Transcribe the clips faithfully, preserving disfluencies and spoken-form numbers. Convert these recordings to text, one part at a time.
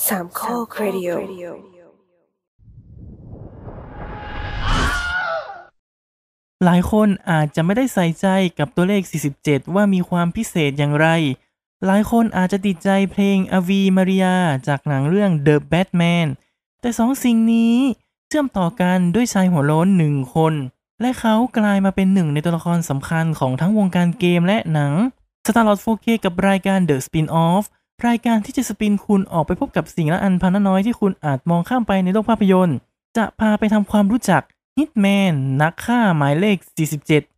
สามข้อครดิโอหลายคนอาจจะไม่ได้ใส่ใจกับตัวเลขสี่สิบเจ็ดว่ามีความพิเศษอย่างไรหลายคนอาจจะติดใจเพลง Ave Maria จากหนังเรื่อง The Batman แต่สองสิ่งนี้เชื่อมต่อกันด้วยชายหัวโล้นหนึ่งคนและเขากลายมาเป็นหนึ่งในตัวละครสำคัญของทั้งวงการเกมและหนัง Starlord โฟร์ เค กับรายการ The Spin-off รายการที่จะสปินคุณออกไปพบกับสิ่งละอันพันน้อยที่คุณอาจมองข้ามไปในโลกภาพยนตร์จะพาไปทำความรู้จักฮิตแมนนักฆ่าหมายเลขสี่สิบเจ็ด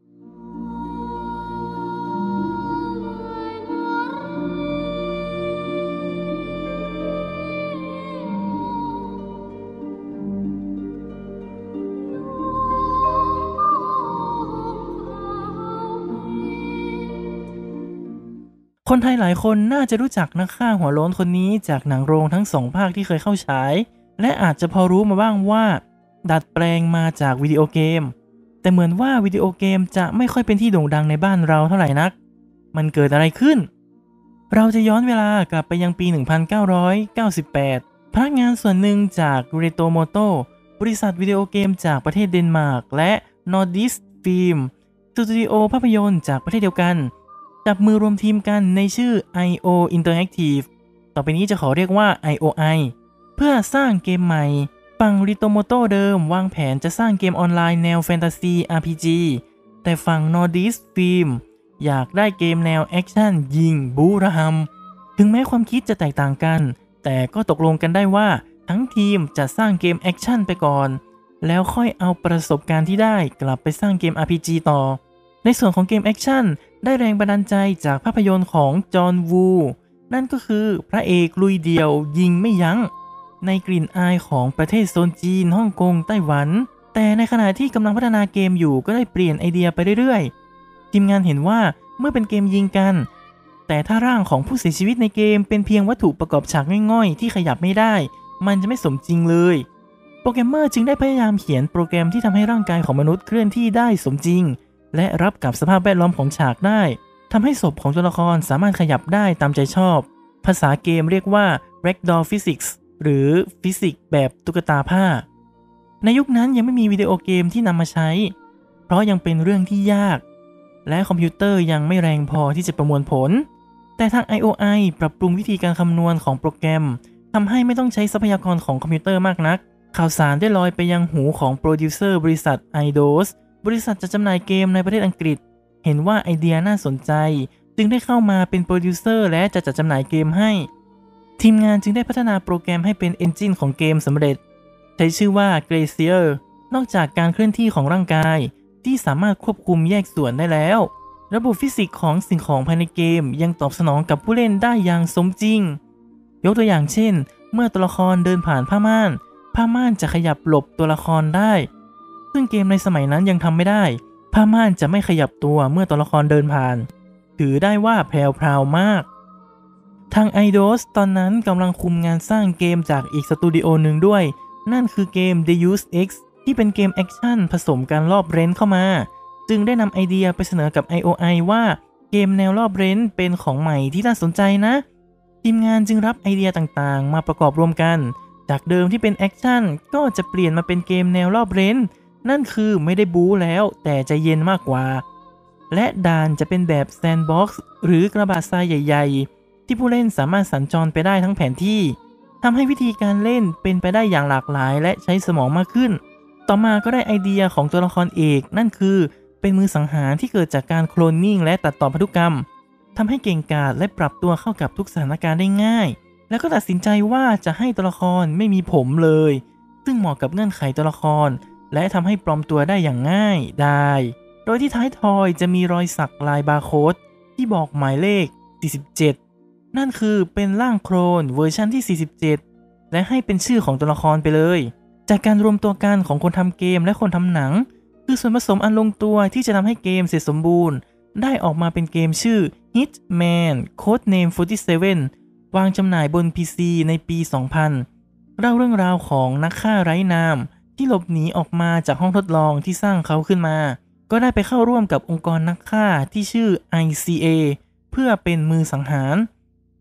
คนไทยหลายคนน่าจะรู้จักนักฆ่าหัวโล้นคนนี้จากหนังโรงทั้งสองภาคที่เคยเข้าฉายและอาจจะพอรู้มาบ้างว่าดัดแปลงมาจากวิดีโอเกมแต่เหมือนว่าวิดีโอเกมจะไม่ค่อยเป็นที่โด่งดังในบ้านเราเท่าไหร่นักมันเกิดอะไรขึ้นเราจะย้อนเวลากลับไปยังปีหนึ่งพันเก้าร้อยเก้าสิบแปดพนักงานส่วนหนึ่งจาก Retomoto บริษัทวิดีโอเกมจากประเทศเดนมาร์กและ Nordisk Film สตูดิโอภาพยนตร์จากประเทศเดียวกันจับมือรวมทีมกันในชื่อ ไอ โอ Interactive ต่อไปนี้จะขอเรียกว่า ไอ โอ ไอ เพื่อสร้างเกมใหม่ฝั่ง Ritomoto เดิมวางแผนจะสร้างเกมออนไลน์แนวแฟนตาซี อาร์ พี จี แต่ฝั่ง Nordisk Film อยากได้เกมแนวแอคชั่นยิงบู๊ระหำถึงแม้ความคิดจะแตกต่างกันแต่ก็ตกลงกันได้ว่าทั้งทีมจะสร้างเกมแอคชั่นไปก่อนแล้วค่อยเอาประสบการณ์ที่ได้กลับไปสร้างเกม อาร์ พี จี ต่อในส่วนของเกมแอคชั่นได้แรงบันดาลใจจากภาพยนตร์ของจอห์นวูนั่นก็คือพระเอกลุยเดี่ยวยิงไม่ยั้งในกลิ่นอายของประเทศโซนจีนฮ่องกงไต้หวันแต่ในขณะที่กำลังพัฒนาเกมอยู่ก็ได้เปลี่ยนไอเดียไปเรื่อยๆทีมงานเห็นว่าเมื่อเป็นเกมยิงกันแต่ถ้าร่างของผู้เสียชีวิตในเกมเป็นเพียงวัตถุประกอบฉากง่อยๆที่ขยับไม่ได้มันจะไม่สมจริงเลยโปรแกรมเมอร์จึงได้พยายามเขียนโปรแกรมที่ทำให้ร่างกายของมนุษย์เคลื่อนที่ได้สมจริงและรับกับสภาพแวดล้อมของฉากได้ทำให้ศพของตัวละครสามารถขยับได้ตามใจชอบภาษาเกมเรียกว่า Ragdoll Physics หรือฟิสิกส์แบบตุ๊กตาผ้าในยุคนั้นยังไม่มีวิดีโอเกมที่นำมาใช้เพราะยังเป็นเรื่องที่ยากและคอมพิวเตอร์ยังไม่แรงพอที่จะประมวลผลแต่ทาง ไอ โอ ไอ ปรับปรุงวิธีการคำนวณของโปรแกรมทำให้ไม่ต้องใช้ทรัพยากรของคอมพิวเตอร์มากนักข่าวสารได้ลอยไปยังหูของโปรดิวเซอร์บริษัท ไอ โดส บริษัทจัดจำหน่ายเกมในประเทศอังกฤษเห็นว่าไอเดียน่าสนใจจึงได้เข้ามาเป็นโปรดิวเซอร์และจะจัดจำหน่ายเกมให้ทีมงานจึงได้พัฒนาโปรแกรมให้เป็นเอนจินของเกมสำเร็จใช้ชื่อว่า Glacier นอกจากการเคลื่อนที่ของร่างกายที่สามารถควบคุมแยกส่วนได้แล้วระบบฟิสิกส์ของสิ่งของภายในเกมยังตอบสนองกับผู้เล่นได้อย่างสมจริงยกตัวอย่างเช่นเมื่อตัวละครเดินผ่านผ้าม่านผ้าม่านจะขยับหลบตัวละครได้ซึ่งเกมในสมัยนั้นยังทำไม่ได้ผ้าม่านจะไม่ขยับตัวเมื่อตัวละครเดินผ่านถือได้ว่าแพรวๆมากทาง ไอ โดส ตอนนั้นกำลังคุมงานสร้างเกมจากอีกสตูดิโอหนึ่งด้วยนั่นคือเกม Deus Ex ที่เป็นเกมแอคชั่นผสมการรอบเรนท์เข้ามาจึงได้นำไอเดียไปเสนอกับ ไอ โอ ไอ ว่าเกมแนวรอบเรนท์เป็นของใหม่ที่น่าสนใจนะทีมงานจึงรับไอเดียต่างๆมาประกอบรวมกันจากเดิมที่เป็นแอคชั่นก็จะเปลี่ยนมาเป็นเกมแนวรอบเรนท์นั่นคือไม่ได้บู๊แล้วแต่ใจเย็นมากกว่าและด่านจะเป็นแบบแซนด์บ็อกซ์หรือกระบะทรายใหญ่ๆที่ผู้เล่นสามารถสัญจรไปได้ทั้งแผนที่ทำให้วิธีการเล่นเป็นไปได้อย่างหลากหลายและใช้สมองมากขึ้นต่อมาก็ได้ไอเดียของตัวละครเอกนั่นคือเป็นมือสังหารที่เกิดจากการโคลนนิ่งและตัดต่อพันธุกรรมทำให้เก่งกาจและปรับตัวเข้ากับทุกสถานการณ์ได้ง่ายแล้วก็ตัดสินใจว่าจะให้ตัวละครไม่มีผมเลยซึ่งเหมาะกับเงื่อนไขตัวละครและทำให้ปลอมตัวได้อย่างง่ายได้โดยที่ท้ายทอยจะมีรอยสักลายบาร์โค้ดที่บอกหมายเลขสี่สิบเจ็ดนั่นคือเป็นร่างโคลนเวอร์ชันที่สี่สิบเจ็ดและให้เป็นชื่อของตัวละครไปเลยจากการรวมตัวกันของคนทำเกมและคนทำหนังคือส่วนผสมอันลงตัวที่จะทำให้เกมเสร็จสมบูรณ์ได้ออกมาเป็นเกมชื่อ Hitman Codename สี่สิบเจ็ดวางจำหน่ายบน พี ซี ในปี สองพันเล่าเรื่องราวของนักฆ่าไร้นามที่หลบหนีออกมาจากห้องทดลองที่สร้างเขาขึ้นมาก็ได้ไปเข้าร่วมกับองค์กรนักฆ่าที่ชื่อ ไอ ซี เอ เพื่อเป็นมือสังหาร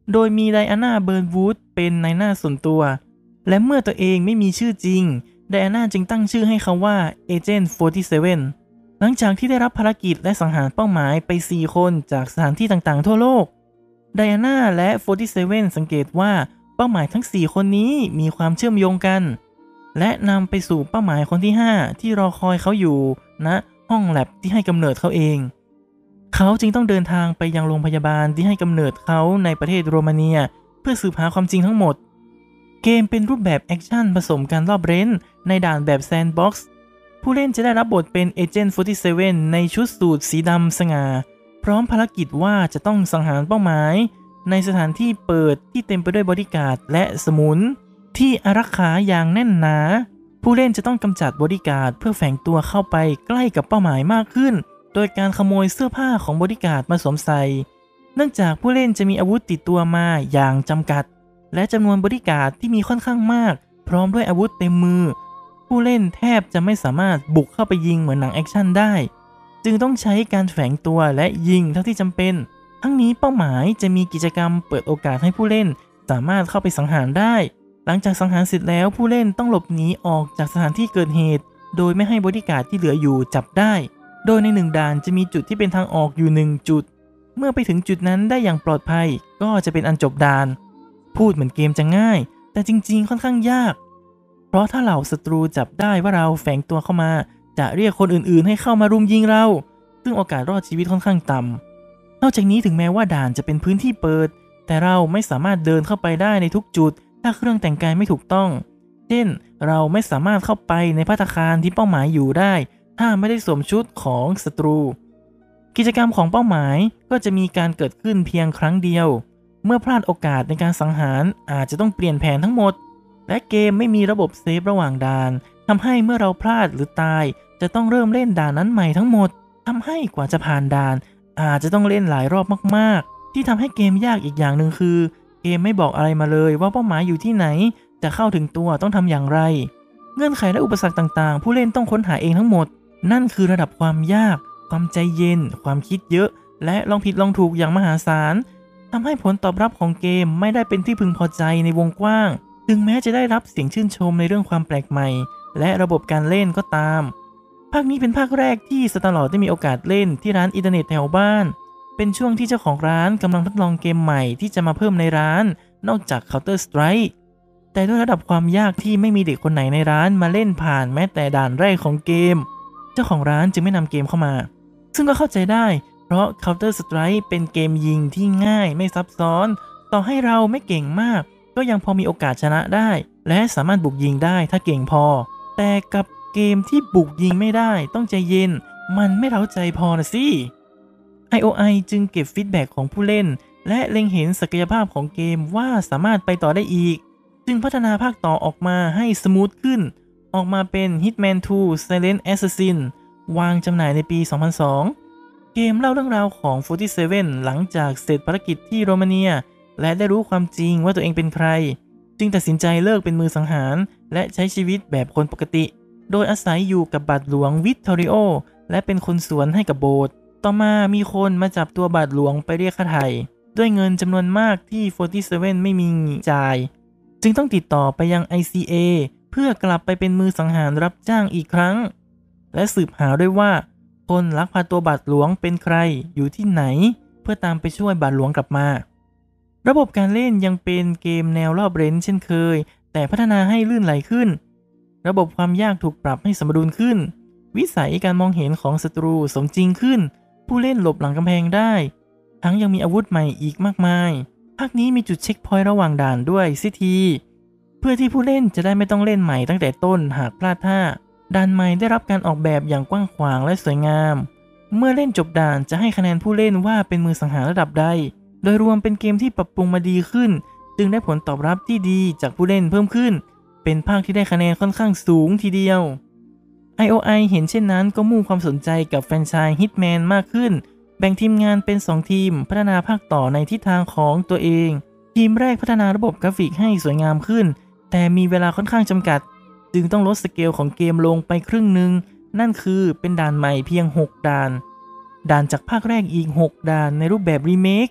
โดยมีไดอาน่าเบิร์นวูดเป็นนายหน้าส่วนตัวและเมื่อตัวเองไม่มีชื่อจริงไดอาน่าจึงตั้งชื่อให้เขาว่าเอเจนต์ สี่สิบเจ็ด หลังจากที่ได้รับภารกิจและสังหารเป้าหมายไปสี่คนจากสถานที่ต่างๆทั่วโลกไดอาน่าและสี่สิบเจ็ดสังเกตว่าเป้าหมายทั้งสี่คนนี้มีความเชื่อมโยงกันและนำไปสู่เป้าหมายคนที่ห้าที่รอคอยเขาอยู่ณนะห้องแลบที่ให้กำเนิดเขาเองเขาจึงต้องเดินทางไปยังโรงพยาบาลที่ให้กำเนิดเขาในประเทศโรมาเนียเพื่อสืบหาความจริงทั้งหมดเกมเป็นรูปแบบแอคชั่นผสมการรอบเร้นในด่านแบบแซนด์บ็อกซ์ผู้เล่นจะได้รับบทเป็นเอเจนต์ สี่สิบเจ็ด ในชุดสูทสีดำสง่าพร้อมภารกิจว่าจะต้องสังหารเป้าหมายในสถานที่เปิดที่เต็มไปด้วยบอดี้การ์ดและสมุนที่อารักขาอย่างแน่นหนาผู้เล่นจะต้องกำจัดบอดี้การ์ดเพื่อแฝงตัวเข้าไปใกล้กับเป้าหมายมากขึ้นโดยการขโมยเสื้อผ้าของบอดี้การ์ดมาสวมใส่เนื่องจากผู้เล่นจะมีอาวุธติดตัวมาอย่างจำกัดและจำนวนบอดี้การ์ดที่มีค่อนข้างมากพร้อมด้วยอาวุธเต็มมือผู้เล่นแทบจะไม่สามารถบุกเข้าไปยิงเหมือนหนังแอคชั่นได้จึงต้องใช้การแฝงตัวและยิงเท่าที่จำเป็นทั้งนี้เป้าหมายจะมีกิจกรรมเปิดโอกาสให้ผู้เล่นสามารถเข้าไปสังหารได้หลังจากสังหารเสร็จแล้วผู้เล่นต้องหลบหนีออกจากสถานที่เกิดเหตุโดยไม่ให้บอดี้การ์ดที่เหลืออยู่จับได้โดยในหนึ่งด่านจะมีจุดที่เป็นทางออกอยู่หนึ่งจุดเมื่อไปถึงจุดนั้นได้อย่างปลอดภัยก็จะเป็นอันจบด่านพูดเหมือนเกมจะง่ายแต่จริงๆค่อนข้างยากเพราะถ้าเหล่าศัตรูจับได้ว่าเราแฝงตัวเข้ามาจะเรียกคนอื่นๆให้เข้ามารุมยิงเราซึ่งโอกาสรอดชีวิตค่อนข้างต่ำนอกจากนี้ถึงแม้ว่าด่านจะเป็นพื้นที่เปิดแต่เราไม่สามารถเดินเข้าไปได้ในทุกจุดถ้าเครื่องแต่งกายไม่ถูกต้องเช่นเราไม่สามารถเข้าไปในภัตตาคารที่เป้าหมายอยู่ได้ถ้าไม่ได้สวมชุดของศัตรูกิจกรรมของเป้าหมายก็จะมีการเกิดขึ้นเพียงครั้งเดียวเมื่อพลาดโอกาสในการสังหารอาจจะต้องเปลี่ยนแผนทั้งหมดและเกมไม่มีระบบเซฟระหว่างด่านทำให้เมื่อเราพลาดหรือตายจะต้องเริ่มเล่นด่านนั้นใหม่ทั้งหมดทำให้กว่าจะผ่านด่านอาจจะต้องเล่นหลายรอบมากๆที่ทำให้เกมยากอีกอย่างหนึ่งคือเกมไม่บอกอะไรมาเลยว่าเป้าหมายอยู่ที่ไหนจะเข้าถึงตัวต้องทำอย่างไรเงื่อนไขและอุปสรรคต่างๆผู้เล่นต้องค้นหาเองทั้งหมดนั่นคือระดับความยากความใจเย็นความคิดเยอะและลองผิดลองถูกอย่างมหาศาลทำให้ผลตอบรับของเกมไม่ได้เป็นที่พึงพอใจในวงกว้างถึงแม้จะได้รับเสียงชื่นชมในเรื่องความแปลกใหม่และระบบการเล่นก็ตามภาคนี้เป็นภาคแรกที่สตาร์ลอร์ดได้มีโอกาสเล่นที่ร้านอินเทอร์เน็ตแถวบ้านเป็นช่วงที่เจ้าของร้านกำลังทดลองเกมใหม่ที่จะมาเพิ่มในร้านนอกจาก Counter Strike แต่ด้วยระดับความยากที่ไม่มีเด็กคนไหนในร้านมาเล่นผ่านแม้แต่ด่านแรกของเกมเจ้าของร้านจึงไม่นำเกมเข้ามาซึ่งก็เข้าใจได้เพราะ Counter Strike เป็นเกมยิงที่ง่ายไม่ซับซ้อนต่อให้เราไม่เก่งมากก็ยังพอมีโอกาสชนะได้และสามารถบุกยิงได้ถ้าเก่งพอแต่กับเกมที่บุกยิงไม่ได้ต้องใจเย็นมันไม่เร้าใจพอนะสิ ไอ โอ ไอ จึงเก็บฟีดแบ็กของผู้เล่นและเล็งเห็นศักยภาพของเกมว่าสามารถไปต่อได้อีกจึงพัฒนาภาคต่อออกมาให้สมูทขึ้นออกมาเป็น Hitman ทู Silent Assassin วางจำหน่ายในปี สองพันสอง เกมเล่าเรื่องราวของ สี่สิบเจ็ด หลังจากเสร็จภารกิจที่โรมาเนียและได้รู้ความจริงว่าตัวเองเป็นใครจึงตัดสินใจเลิกเป็นมือสังหารและใช้ชีวิตแบบคนปกติโดยอาศัยอยู่กับบาทหลวงวิตตอริโอและเป็นคนสวนให้กับโบสถ์ต่อมามีคนมาจับตัวบาทหลวงไปเรียกค่าไถ่ด้วยเงินจำนวนมากที่ สี่สิบเจ็ด ไม่มีจ่ายจึงต้องติดต่อไปยัง ไอ ซี เอ เพื่อกลับไปเป็นมือสังหารรับจ้างอีกครั้งและสืบหาด้วยว่าคนลักพาตัวบาทหลวงเป็นใครอยู่ที่ไหนเพื่อตามไปช่วยบาทหลวงกลับมาระบบการเล่นยังเป็นเกมแนวรอบเรนจ์เช่นเคยแต่พัฒนาให้ลื่นไหลขึ้นระบบความยากถูกปรับให้สมดุลขึ้นวิสัยการมองเห็นของศัตรูสมจริงขึ้นผู้เล่นหลบหลังกำแพงได้ทั้งยังมีอาวุธใหม่อีกมากมายภาคนี้มีจุดเช็คพอยต์ระหว่างด่านด้วยซิทีเพื่อที่ผู้เล่นจะได้ไม่ต้องเล่นใหม่ตั้งแต่ต้นหากพลาดท่าด่านใหม่ได้รับการออกแบบอย่างกว้างขวางและสวยงามเมื่อเล่นจบด่านจะให้คะแนนผู้เล่นว่าเป็นมือสังหารระดับใดโดยรวมเป็นเกมที่ปรับปรุงมาดีขึ้นจึงได้ผลตอบรับที่ดีจากผู้เล่นเพิ่มขึ้นเป็นภาคที่ได้คะแนนค่อนข้างสูงทีเดียว ไอ โอ ไอ เห็นเช่นนั้นก็มุ่งความสนใจกับแฟรนไชส์ Hitman มากขึ้นแบ่งทีมงานเป็นสองทีมพัฒนาภาคต่อในทิศทางของตัวเองทีมแรกพัฒนาระบบกราฟิกให้สวยงามขึ้นแต่มีเวลาค่อนข้างจำกัดจึงต้องลดสเกลของเกมลงไปครึ่งหนึ่งนั่นคือเป็นด่านใหม่เพียงหกด่านด่านจากภาคแรกอีกหกด่านในรูปแบบรีเมค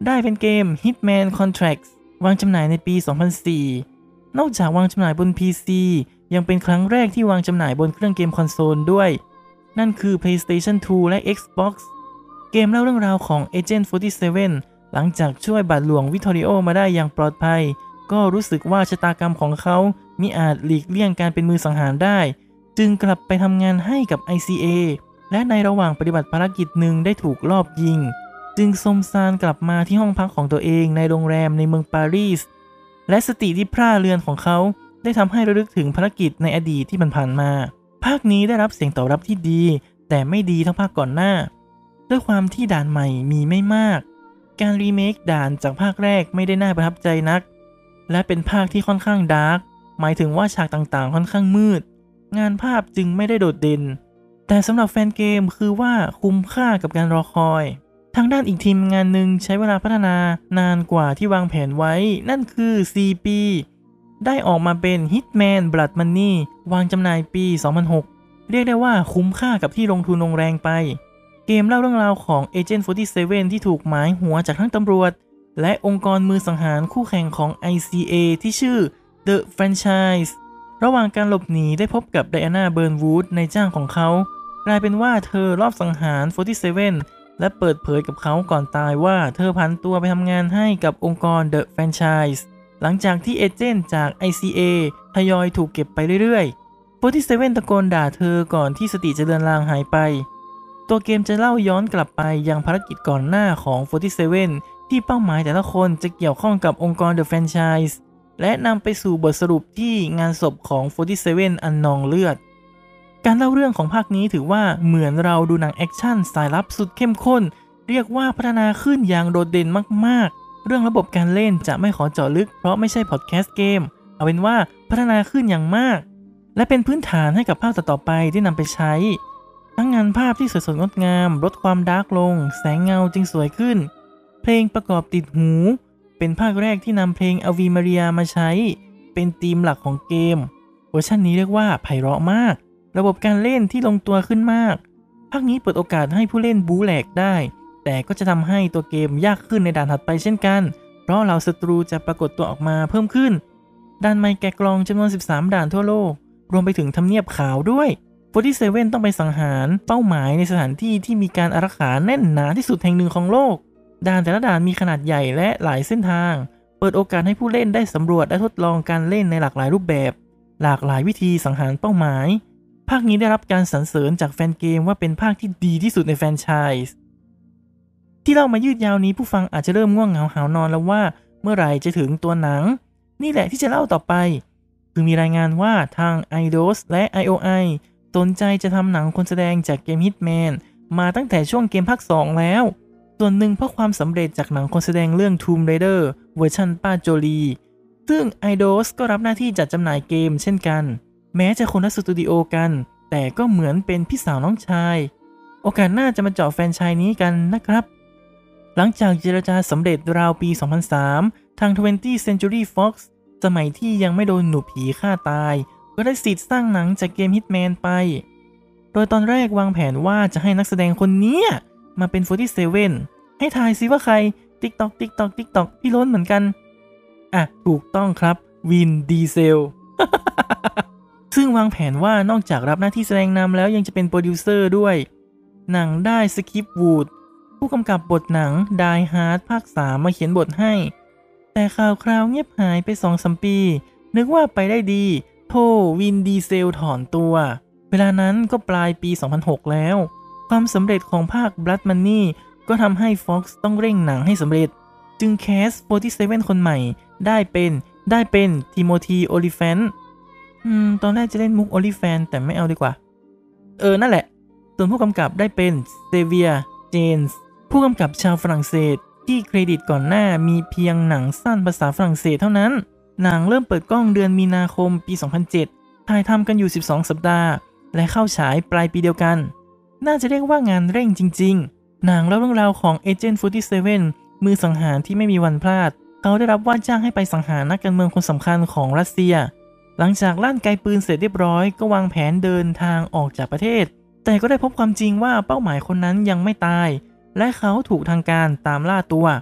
ได้เป็นเกม Hitman Contracts วางจำหน่ายในปี สองพันสี่ นอกจากวางจำหน่ายบน พี ซี ยังเป็นครั้งแรกที่วางจำหน่ายบนเครื่องเกมคอนโซลด้วยนั่นคือ PlayStation ทู และ Xbox เกมเล่าเรื่องราวของเอเจนต์ สี่สิบเจ็ด หลังจากช่วยบาทหลวงวิทอริโอมาได้อย่างปลอดภัยก็รู้สึกว่าชะตากรรมของเขามิอาจหลีกเลี่ยงการเป็นมือสังหารได้จึงกลับไปทำงานให้กับ ไอ ซี เอ และในระหว่างปฏิบัติภารกิจหนึ่งได้ถูกลอบยิงจึงสมซานกลับมาที่ห้องพักของตัวเองในโรงแรมในเมืองปารีสและสติที่พร่าเรือนของเขาได้ทำให้ระลึกถึงภารกิจในอดีตที่ผ่านมาภาคนี้ได้รับเสียงตอบรับที่ดีแต่ไม่ดีเท่าภาคก่อนหน้าด้วยความที่ด่านใหม่มีไม่มากการรีเมคด่านจากภาคแรกไม่ได้น่าประทับใจนักและเป็นภาคที่ค่อนข้างดาร์กหมายถึงว่าฉากต่างๆค่อนข้างมืดงานภาพจึงไม่ได้โดดเด่นแต่สำหรับแฟนเกมคือว่าคุ้มค่ากับการรอคอยทางด้านอีกทีมงานหนึ่งใช้เวลาพัฒนานานกว่าที่วางแผนไว้นั่นคือ สี่ ปีได้ออกมาเป็น Hitman Blood Money วางจำหน่ายปี สองพันหก เรียกได้ว่าคุ้มค่ากับที่ลงทุนลงแรงไปเกมเล่าเรื่องราวของเอเจนต์ สี่สิบเจ็ด ที่ถูกหมายหัวจากทั้งตำรวจและองค์กรมือสังหารคู่แข่งของ ไอ ซี เอ ที่ชื่อ The Franchise ระหว่างการหลบหนีได้พบกับไดอาน่าเบิร์นวูดในจ้างของเขากลายเป็นว่าเธอรอบสังหาร สี่สิบเจ็ด และเปิดเผยกับเขาก่อนตายว่าเธอผันตัวไปทำงานให้กับองค์กร The Franchise หลังจากที่เอเจนต์จาก ไอ ซี เอ ทยอยถูกเก็บไปเรื่อยๆ สี่สิบเจ็ด ตะโกนด่าเธอก่อนที่สติจะเลือนลางหายไปตัวเกมจะเล่าย้อนกลับไปยังภารกิจก่อนหน้าของ สี่สิบเจ็ด ที่เป้าหมายแต่ละคนจะเกี่ยวข้องกับองค์กร The Franchise และนำไปสู่บทสรุปที่งานศพของ สี่สิบเจ็ด อันนองเลือดการเล่าเรื่องของภาคนี้ถือว่าเหมือนเราดูหนังแอคชั่นสายลับสุดเข้มข้นเรียกว่าพัฒนาขึ้นอย่างโดดเด่นมากๆเรื่องระบบการเล่นจะไม่ขอเจาะลึกเพราะไม่ใช่พอดแคสต์เกมเอาเป็นว่าพัฒนาขึ้นอย่างมากและเป็นพื้นฐานให้กับภาคต่อๆไปที่นำไปใช้ทั้งงานภาพที่สวยสดงดงามลดความดาร์กลงแสงเงาจึงสวยขึ้นเพลงประกอบติดหูเป็นภาคแรกที่นำเพลง Ave Maria มาใช้เป็นธีมหลักของเกมเวอร์ชันนี้เรียกว่าไพเราะมากระบบการเล่นที่ลงตัวขึ้นมากภาคนี้เปิดโอกาสให้ผู้เล่นบู๊แหลกได้แต่ก็จะทำให้ตัวเกมยากขึ้นในด่านถัดไปเช่นกันเพราะเหล่าศัตรูจะปรากฏตัวออกมาเพิ่มขึ้นด่านใหม่แกะกล่องจำนวนสิบสามด่านทั่วโลกรวมไปถึงทำเนียบขาวด้วยสี่สิบเจ็ด ต้องไปสังหารเป้าหมายในสถานที่ที่มีการอารักขาแน่นหนาที่สุดแห่งหนึ่งของโลกด่านแต่ละด่านมีขนาดใหญ่และหลายเส้นทางเปิดโอกาสให้ผู้เล่นได้สำรวจและทดลองการเล่นในหลากหลายรูปแบบหลากหลายวิธีสังหารเป้าหมายภาคนี้ได้รับการสรรเสริญจากแฟนเกมว่าเป็นภาคที่ดีที่สุดในแฟรนไชส์ที่เล่ามายืดยาวนี้ผู้ฟังอาจจะเริ่มง่วงเหงาหาวนอนแล้วว่าเมื่อไหร่จะถึงตัวหนังนี่แหละที่จะเล่าต่อไปคือมีรายงานว่าทาง ไอ โดส และ ไอ โอ ไอ สนใจจะทำหนังคนแสดงจากเกม Hitman มาตั้งแต่ช่วงเกมภาคสองแล้วส่วนหนึ่งเพราะความสำเร็จจากหนังคนแสดงเรื่อง Tomb Raider เวอร์ชันป้าโจลีซึ่ง ไอ โดส ก็รับหน้าที่จัดจำหน่ายเกมเช่นกันแม้จะคนละสตูดิโอกันแต่ก็เหมือนเป็นพี่สาวน้องชายโอกาสหน้าจะมาเจาะแฟรนไชส์นี้กันนะครับหลังจากเจรจาสำเร็จราวปี สองพันสาม ทาง twentieth Century Fox สมัยที่ยังไม่โดนหนูผีฆ่าตายก็ได้สิทธิ์สร้างหนังจากเกม Hitman ไปโดยตอนแรกวางแผนว่าจะให้นักแสดงคนนี้มาเป็น สี่สิบเจ็ด ให้ทายซิว่าใคร TikTok TikTok TikTok พี่ล้นเหมือนกันอ่ะถูกต้องครับวินดีเซล ซึ่งวางแผนว่านอกจากรับหน้าที่แสดงนำแล้วยังจะเป็นโปรดิวเซอร์ด้วยหนังได้สคิปวูดผู้กำกับบทหนัง Die Hard ภาคสามมาเขียนบทให้แต่ข่าวคราวเงียบหายไป สองถึงสาม ปีนึกว่าไปได้ดีโธ่วินดีเซลถอนตัวเวลานั้นก็ปลายปี สองพันหก แล้วความสำเร็จของภาค Blood Money ก็ทำให้ Fox ต้องเร่งหนังให้สำเร็จจึงแคส สี่สิบเจ็ด คนใหม่ได้เป็นได้เป็นทิโมธี โอลิแฟนต์อืมตอนแรกจะเล่นมุกโอลิแฟนแต่ไม่เอาดีกว่าเออนั่นแหละส่วนผู้กำกับได้เป็นเซเวียร์เจนส์ผู้กำกับชาวฝรั่งเศสที่เครดิตก่อนหน้ามีเพียงหนังสั้นภาษาฝรั่งเศสเท่านั้นหนังเริ่มเปิดกล้องเดือนมีนาคมปี สองพันเจ็ด ถ่ายทำกันอยู่ สิบสอง สัปดาห์และเข้าฉายปลายปีเดียวกันน่าจะเรียกว่างานเร่งจริงๆหนังเล่าเรื่องราวของเอเจนต์ สี่สิบเจ็ด มือสังหารที่ไม่มีวันพลาดเขาได้รับว่าจ้างให้ไปสังหารนักการเมืองคนสำคัญของรัสเซียหลังจากลั่นไกปืนเสร็จเรียบร้อยก็วางแผนเดินทางออกจากประเทศแต่ก็ได้พบความจริงว่าเป้าหมายคนนั้นยังไม่ตายและเขาถูกทางการตามล่าตัว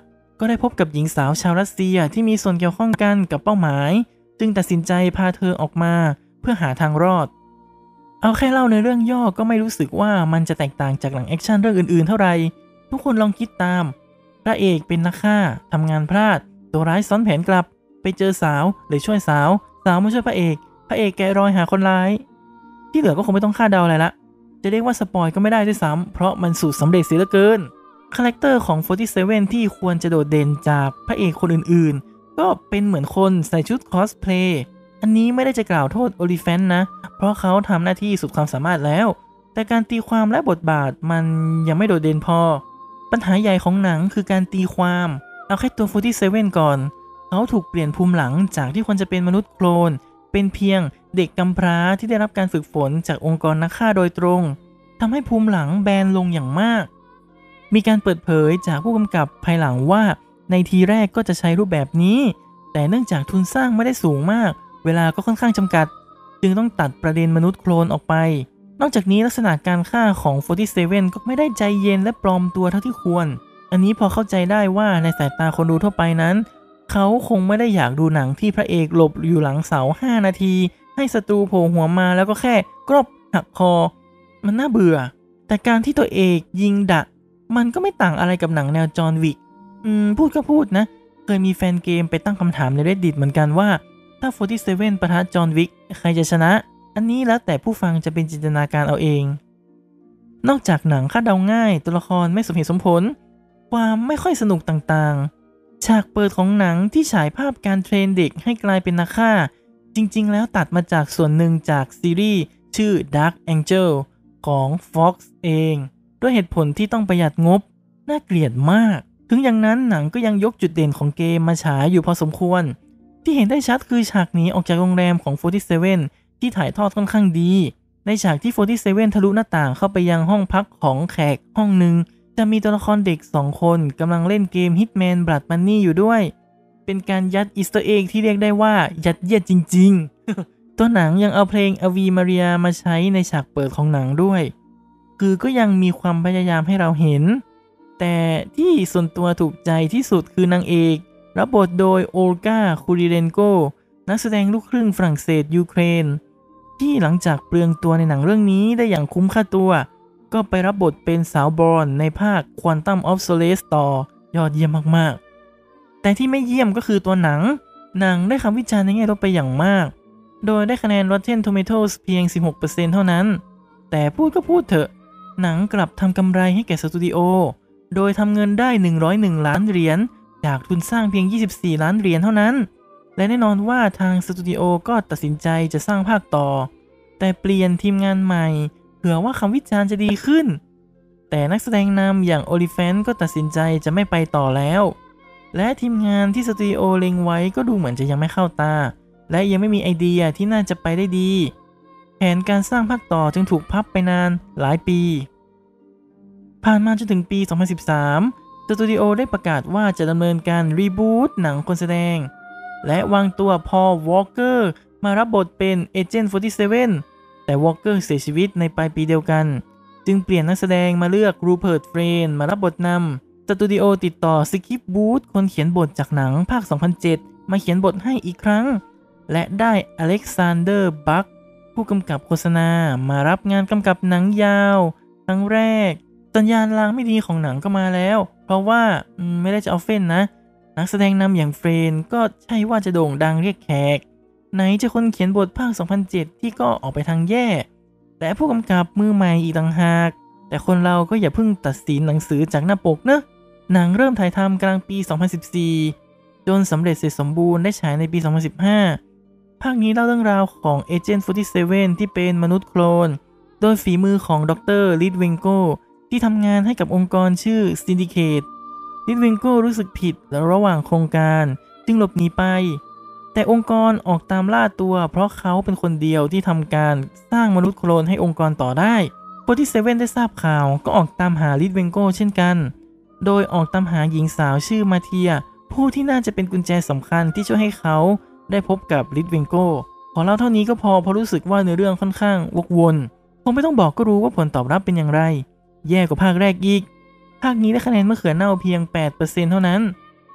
ก็ได้พบกับหญิงสาวชาวรัสเซียที่มีส่วนเกี่ยวข้องกันกับเป้าหมายจึงตัดสินใจพาเธอออกมาเพื่อหาทางรอดเอาแค่เล่าในเรื่องย่อก็ไม่รู้สึกว่ามันจะแตกต่างจากหนังแอคชั่นเรื่องอื่นๆเท่าไหร่ทุกคนลองคิดตามพระเอกเป็นนักฆ่าทำงานพลาดตัวร้ายซ้อนแผนกลับไปเจอสาวเลยช่วยสาวสาวมาช่วยพระเอกพระเอกแกะรอยหาคนร้ายที่เหลือก็คงไม่ต้องคาดเดาอะไรละจะเรียกว่าสปอยก็ไม่ได้ด้วยซ้ำเพราะมันสูตรสำเร็จเสียเหลือเกินคาแรคเตอร์ของสี่สิบเจ็ดที่ควรจะโดดเด่นจากพระเอกคนอื่นๆก็เป็นเหมือนคนใส่ชุดคอสเพลย์อันนี้ไม่ได้จะกล่าวโทษโอลิแฟนนะเพราะเขาทำหน้าที่สุดความสามารถแล้วแต่การตีความและบทบาทมันยังไม่โดดเด่นพอปัญหาใหญ่ของหนังคือการตีความเอาแค่ตัวสี่สิบเจ็ดก่อนเขาถูกเปลี่ยนภูมิหลังจากที่ควรจะเป็นมนุษย์โคลนเป็นเพียงเด็กกำพร้าที่ได้รับการฝึกฝนจากองค์กรนักฆ่าโดยตรงทำให้ภูมิหลังแบนลงอย่างมากมีการเปิดเผยจากผู้กำกับภายหลังว่าในทีแรกก็จะใช้รูปแบบนี้แต่เนื่องจากทุนสร้างไม่ได้สูงมากเวลาก็ค่อนข้างจำกัดจึงต้องตัดประเด็นมนุษย์โคลนออกไปนอกจากนี้ลักษณะการฆ่าของสี่สิบเจ็ดก็ไม่ได้ใจเย็นและปลอมตัวเท่าที่ควรอันนี้พอเข้าใจได้ว่าในสายตาคนดูทั่วไปนั้นเขาคงไม่ได้อยากดูหนังที่พระเอกหลบอยู่หลังเสาห้านาทีให้ศัตรูโผล่หัวมาแล้วก็แค่กรบหักคอมันน่าเบื่อแต่การที่ตัวเอกยิงดะมันก็ไม่ต่างอะไรกับหนังแนวจอห์นวิกอืมพูดก็พูดนะเคยมีแฟนเกมไปตั้งคำถามใน Reddit เหมือนกันว่าถ้าสี่สิบเจ็ดปะทะจอห์นวิกใครจะชนะอันนี้แล้วแต่ผู้ฟังจะเป็นจินตนาการเอาเองนอกจากหนังคาดเดาง่ายตัวละครไม่สมเหตุสมผลความไม่ค่อยสนุกต่างๆฉากเปิดของหนังที่ฉายภาพการเทรนเด็กให้กลายเป็นนักฆ่าจริงๆแล้วตัดมาจากส่วนหนึ่งจากซีรีส์ชื่อ Dark Angel ของ Fox เองด้วยเหตุผลที่ต้องประหยัดงบน่าเกลียดมากถึงอย่างนั้นหนังก็ยังยกจุดเด่นของเกมมาฉายอยู่พอสมควรที่เห็นได้ชัดคือฉากหนีออกจากโรงแรมของสี่สิบเจ็ดที่ถ่ายทอดค่อนข้างดีในฉากที่สี่สิบเจ็ดทะลุหน้าต่างเข้าไปยังห้องพักของแขกห้องหนึ่งจะมีตัวละครเด็กสองคนกำลังเล่นเกม Hitman Blood Money อยู่ด้วยเป็นการยัดอีสเตอร์เอ็กที่เรียกได้ว่ายัดเยียดจริงๆ ตัวหนังยังเอาเพลง Ave Maria มาใช้ในฉากเปิดของหนังด้วยคือก็ยังมีความพยายามให้เราเห็นแต่ที่ส่วนตัวถูกใจที่สุดคือนางเอกรับบทโดยโอลกา คูริเรนโกนักแสดงลูกครึ่งฝรั่งเศสยูเครนที่หลังจากเปลืองตัวในหนังเรื่องนี้ได้อย่างคุ้มค่าตัวก็ไปรับบทเป็นสาวบอลในภาค Quantum of Solace ต่อยอดเยี่ยมมากๆแต่ที่ไม่เยี่ยมก็คือตัวหนังหนังได้คำวิจารณ์ในแง่ลบไปอย่างมากโดยได้คะแนน Rotten Tomatoes เพียง สิบหกเปอร์เซ็นต์ เท่านั้นแต่พูดก็พูดเถอะหนังกลับทำกำไรให้แก่สตูดิโอโดยทำเงินได้หนึ่งร้อยเอ็ดล้านเหรียญจากทุนสร้างเพียงยี่สิบสี่ล้านเหรียญเท่านั้นและแน่นอนว่าทางสตูดิโอก็ตัดสินใจจะสร้างภาคต่อแต่เปลี่ยนทีมงานใหม่เผื่อว่าคำวิจารณ์จะดีขึ้นแต่นักแสดงนำอย่างโอลิแฟนก็ตัดสินใจจะไม่ไปต่อแล้วและทีมงานที่สตูดิโอเล็งไว้ก็ดูเหมือนจะยังไม่เข้าตาและยังไม่มีไอเดียที่น่าจะไปได้ดีแผนการสร้างภาคต่อจึงถูกพับไปนานหลายปีผ่านมาจนถึงปีสองพันสิบสามสตูดิโอได้ประกาศว่าจะดำเนินการรีบูตหนังคนแสดงและวางตัวพอล วอลเกอร์มารับบทเป็นเอเจนต์สี่สิบเจ็ดแต่วอลเกอร์เสียชีวิตในปลายปีเดียวกันจึงเปลี่ยนนักแสดงมาเลือกรูเพิร์ต เฟรนมารับบทนำสตูดิโอติดต่อสกิปบูธคนเขียนบทจากหนังภาคสองพันเจ็ดมาเขียนบทให้อีกครั้งและได้อเล็กซานเดอร์ บัคผู้กำกับโฆษณามารับงานกำกับหนังยาวครั้งแรกสัญญาณลางไม่ดีของหนังก็มาแล้วเพราะว่าไม่ได้จะเอาเฟ้นนะนักแสดงนำอย่างเฟรนก็ใช่ว่าจะโด่งดังเรียกแขกไหนจะคนเขียนบทภาคสองพันเจ็ดที่ก็ออกไปทางแย่และผู้กำกับมือใหม่อีกต่างหากแต่คนเราก็อย่าเพิ่งตัดสินหนังสือจากหน้าปกนะหนังเริ่มถ่ายทำกลางปีสองพันสิบสี่จนสำเร็จเสร็จสมบูรณ์ได้ฉายในปีสองพันสิบห้าภาคนี้เล่าเรื่องราวของเอเจนต์สี่สิบเจ็ดที่เป็นมนุษย์โคลนโดยฝีมือของดรลิดเวนโกที่ทำงานให้กับองค์กรชื่อ Syndicate ลิดเวนโกรู้สึกผิดระหว่างโครงการจึงหลบหนีไปแต่องค์กรออกตามล่าตัวเพราะเขาเป็นคนเดียวที่ทำการสร้างมนุษย์โคลนให้องค์กรต่อได้สี่สิบเจ็ดได้ทราบข่าวก็ออกตามหาลิดเวนโกเช่นกันโดยออกตามหาหญิงสาวชื่อมาเทียผู้ที่น่าจะเป็นกุญแจสำคัญที่ช่วยให้เขาได้พบกับลิดเวนโกขอเล่าเท่านี้ก็พอเพราะรู้สึกว่าเนื้อเรื่องค่อนข้างวกวนคงไม่ต้องบอกก็รู้ว่าผลตอบรับเป็นอย่างไรแย่กว่าภาคแรกอีกภาคนี้ได้คะแนนมะเขือเน่าเพียง แปดเปอร์เซ็นต์ เท่านั้น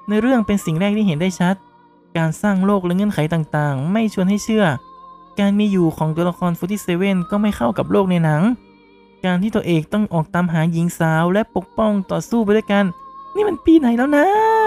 ในเรื่องเป็นสิ่งแรกที่เห็นได้ชัดการสร้างโลกและเงื่อนไขต่างๆไม่ชวนให้เชื่อการมีอยู่ของตัวละครสี่สิบเจ็ดก็ไม่เข้ากับโลกในหนังการที่ตัวเอกต้องออกตามหาหญิงสาวและปกป้องต่อสู้ไปด้วยกันนี่มันปีไหนแล้วนะ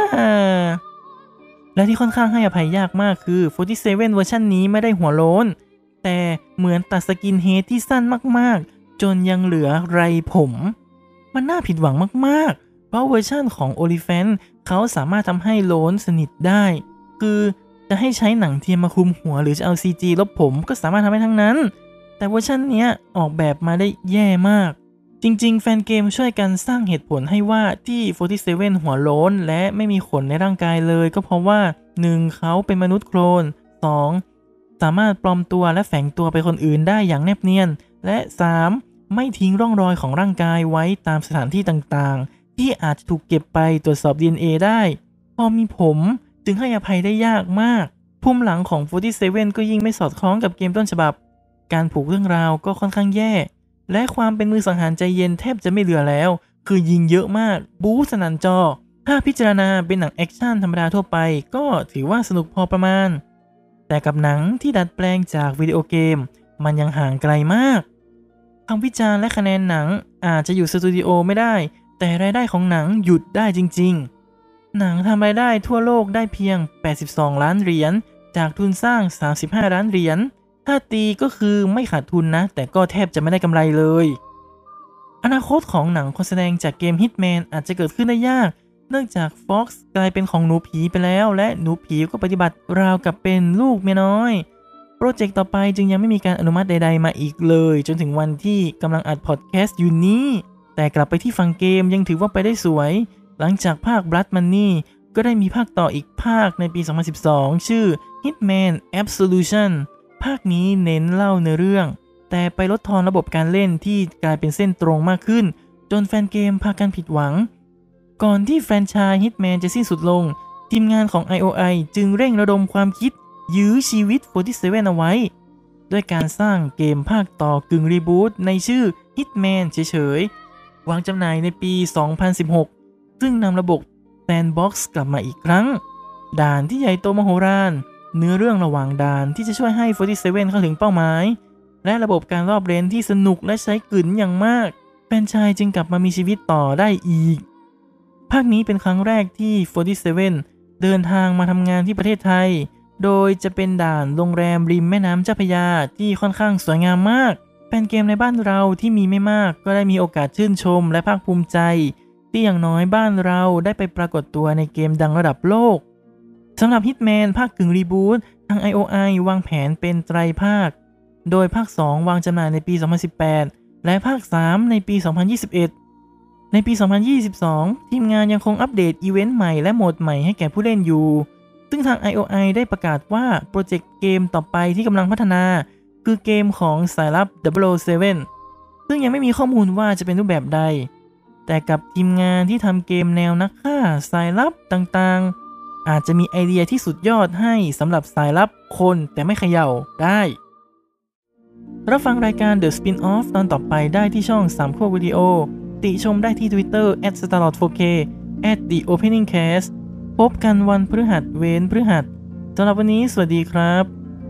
และที่ค่อนข้างให้อภัยยากมากคือสี่สิบเจ็ดเวอร์ชันนี้ไม่ได้หัวโล้นแต่เหมือนตัดสกินเฮดที่สั้นมากๆจนยังเหลือไรผมมันน่าผิดหวังมากๆเพราะเวอร์ชันของโอลิแฟนเขาสามารถทำให้โล้นสนิทได้คือจะให้ใช้หนังเทียมมาคลุมหัวหรือจะเอา ซี จี ลบผมก็สามารถทำได้ทั้งนั้นแต่เวอร์ชันเนี้ยออกแบบมาได้แย่มากจริงๆแฟนเกมช่วยกันสร้างเหตุผลให้ว่าที่สี่สิบเจ็ดหัวโล้นและไม่มีขนในร่างกายเลยก็เพราะว่า หนึ่ง เขาเป็นมนุษย์โคลน สอง สามารถปลอมตัวและแฝงตัวไปคนอื่นได้อย่างแนบเนียนและ สาม ไม่ทิ้งร่องรอยของร่างกายไว้ตามสถานที่ต่างๆที่อาจจะถูกเก็บไปตรวจสอบ ดี เอ็น เอ ได้พอมีผมจึงให้อภัยได้ยากมากภูมิหลังของสี่สิบเจ็ดก็ยิ่งไม่สอดคล้องกับเกมต้นฉบับการผูกเรื่องราวก็ค่อนข้างแย่และความเป็นมือสังหารใจเย็นแทบจะไม่เหลือแล้วคือยิงเยอะมากบู๊สนั่นจอถ้าพิจารณาเป็นหนังแอคชั่นธรรมดาทั่วไปก็ถือว่าสนุกพอประมาณแต่กับหนังที่ดัดแปลงจากวิดีโอเกมมันยังห่างไกลมากคำวิจารณ์และคะแนนหนังอาจจะอยู่สตูดิโอไม่ได้แต่รายได้ของหนังหยุดได้จริงๆหนังทำรายได้ทั่วโลกได้เพียงแปดสิบสองล้านเหรียญจากทุนสร้างสามสิบห้าล้านเหรียญถ้าตีก็คือไม่ขาดทุนนะแต่ก็แทบจะไม่ได้กำไรเลยอนาคตของหนังคนแสดงจากเกม Hitman อาจจะเกิดขึ้นได้ยากเนื่องจาก Fox กลายเป็นของหนูผีไปแล้วและหนูผีก็ปฏิบัติราวกับเป็นลูกเมียน้อยโปรเจกต์ต่อไปจึงยังไม่มีการอนุมัติใดๆมาอีกเลยจนถึงวันที่กำลังอัดพอดแคสต์อยู่นี้แต่กลับไปที่ฝั่งเกมยังถือว่าไปได้สวยหลังจากภาค Blood Money ก็ได้มีภาคต่ออีกภาคในปี สองพันสิบสอง ชื่อ Hitman Absolution ภาคนี้เน้นเล่าเนื้อเรื่องแต่ไปลดทอนระบบการเล่นที่กลายเป็นเส้นตรงมากขึ้นจนแฟนเกมพากันผิดหวังก่อนที่แฟรนไชส์ Hitman จะสิ้นสุดลงทีมงานของ ไอ โอ ไอ จึงเร่งระดมความคิดยื้อชีวิตสี่สิบเจ็ดเอาไว้ด้วยการสร้างเกมภาคต่อกึ่งรีบูตในชื่อ Hitman เฉยๆวางจำหน่ายในปี สองพันสิบหก ซึ่งนำระบบ Sandbox กลับมาอีกครั้งด่านที่ใหญ่โตมโหฬารเนื้อเรื่องระหว่างด่านที่จะช่วยให้สี่สิบเจ็ดเข้าถึงเป้าหมายและระบบการรอบเลนที่สนุกและใช้กลืนอย่างมากแฟรนไชส์จึงกลับมามีชีวิตต่อได้อีกภาคนี้เป็นครั้งแรกที่สี่สิบเจ็ดเดินทางมาทำงานที่ประเทศไทยโดยจะเป็นด่านโรงแรมริมแม่น้ำเจ้าพระยาที่ค่อนข้างสวยงามมากแฟนเกมในบ้านเราที่มีไม่มากก็ได้มีโอกาสชื่นชมและภาคภูมิใจที่อย่างน้อยบ้านเราได้ไปปรากฏตัวในเกมดังระดับโลกสำหรับ Hitman ภาคกึ่งรีบูตทาง ไอ โอ ไอ วางแผนเป็นไตรภาคโดยภาคสองวางจำหน่ายในปี สองพันสิบแปด และภาคสามในปี สองพันยี่สิบเอ็ด ในปี สองพันยี่สิบสอง ทีมงานยังคงอัปเดตอีเวนต์ใหม่และโหมดใหม่ให้แก่ผู้เล่นอยู่ซึ่งทาง ไอ โอ ไอ ได้ประกาศว่าโปรเจกต์เกมต่อไปที่กำลังพัฒนาคือเกมของสายลับ ดับเบิลยู เซเว่น ซึ่งยังไม่มีข้อมูลว่าจะเป็นรูปแบบใดแต่กับทีมงานที่ทำเกมแนวนักฆ่าสายลับต่างๆอาจจะมีไอเดียที่สุดยอดให้สำหรับสายลับคนแต่ไม่เขย่าได้รับฟังรายการ The Spin-off ตอนต่อไปได้ที่ช่องสามขั้ววิดีโอติชมได้ที่ Twitter แอท สตาร์ลอร์ด โฟร์เค แอท เดอะ โอเพนนิ่งแคสต์ พบกันวันพฤหัสเว้นพฤหัสสำหรับวันนี้สวัสดีครับ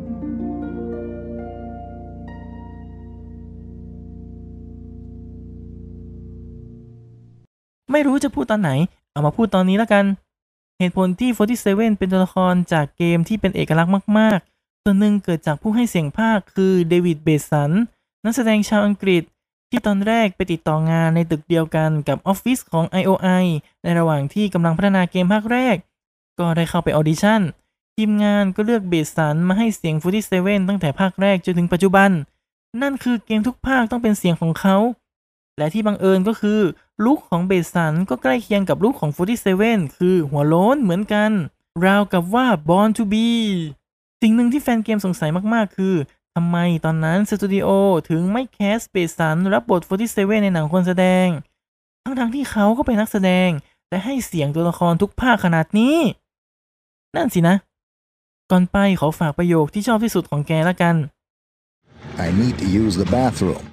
ไม่รู้จะพูดตอนไหนเอามาพูดตอนนี้แล้วกันเหตุผลที่สี่สิบเจ็ดเป็นตัวละครจากเกมที่เป็นเอกลักษณ์มากๆส่วนหนึ่งเกิดจากผู้ให้เสียงภาคคือเดวิด เบธสันนักแสดงชาวอังกฤษที่ตอนแรกไปติดต่องานในตึกเดียวกันกับออฟฟิศของ ไอ โอ ไอ ในระหว่างที่กำลังพัฒนาเกมภาคแรกก็ได้เข้าไปออดิชั่นทีมงานก็เลือกเบธสันมาให้เสียงสี่สิบเจ็ดตั้งแต่ภาคแรกจนถึงปัจจุบันนั่นคือเกมทุกภาคต้องเป็นเสียงของเขาและที่บังเอิญก็คือลุคของเบธสันก็ใกล้เคียงกับลุคของสี่สิบเจ็ดคือหัวโล้นเหมือนกันราวกับว่า Born to be สิ่งหนึ่งที่แฟนเกมสงสัยมากๆคือทำไมตอนนั้นสตูดิโอถึงไม่แคสเบธสันรับบทสี่สิบเจ็ดในหนังคนแสดงทั้งๆที่เขาก็เป็นนักแสดงแต่ให้เสียงตัวละครทุกภาคขนาดนี้นั่นสินะก่อนไปขอฝากประโยคที่ชอบที่สุดของแกละกัน I need to use the bathroom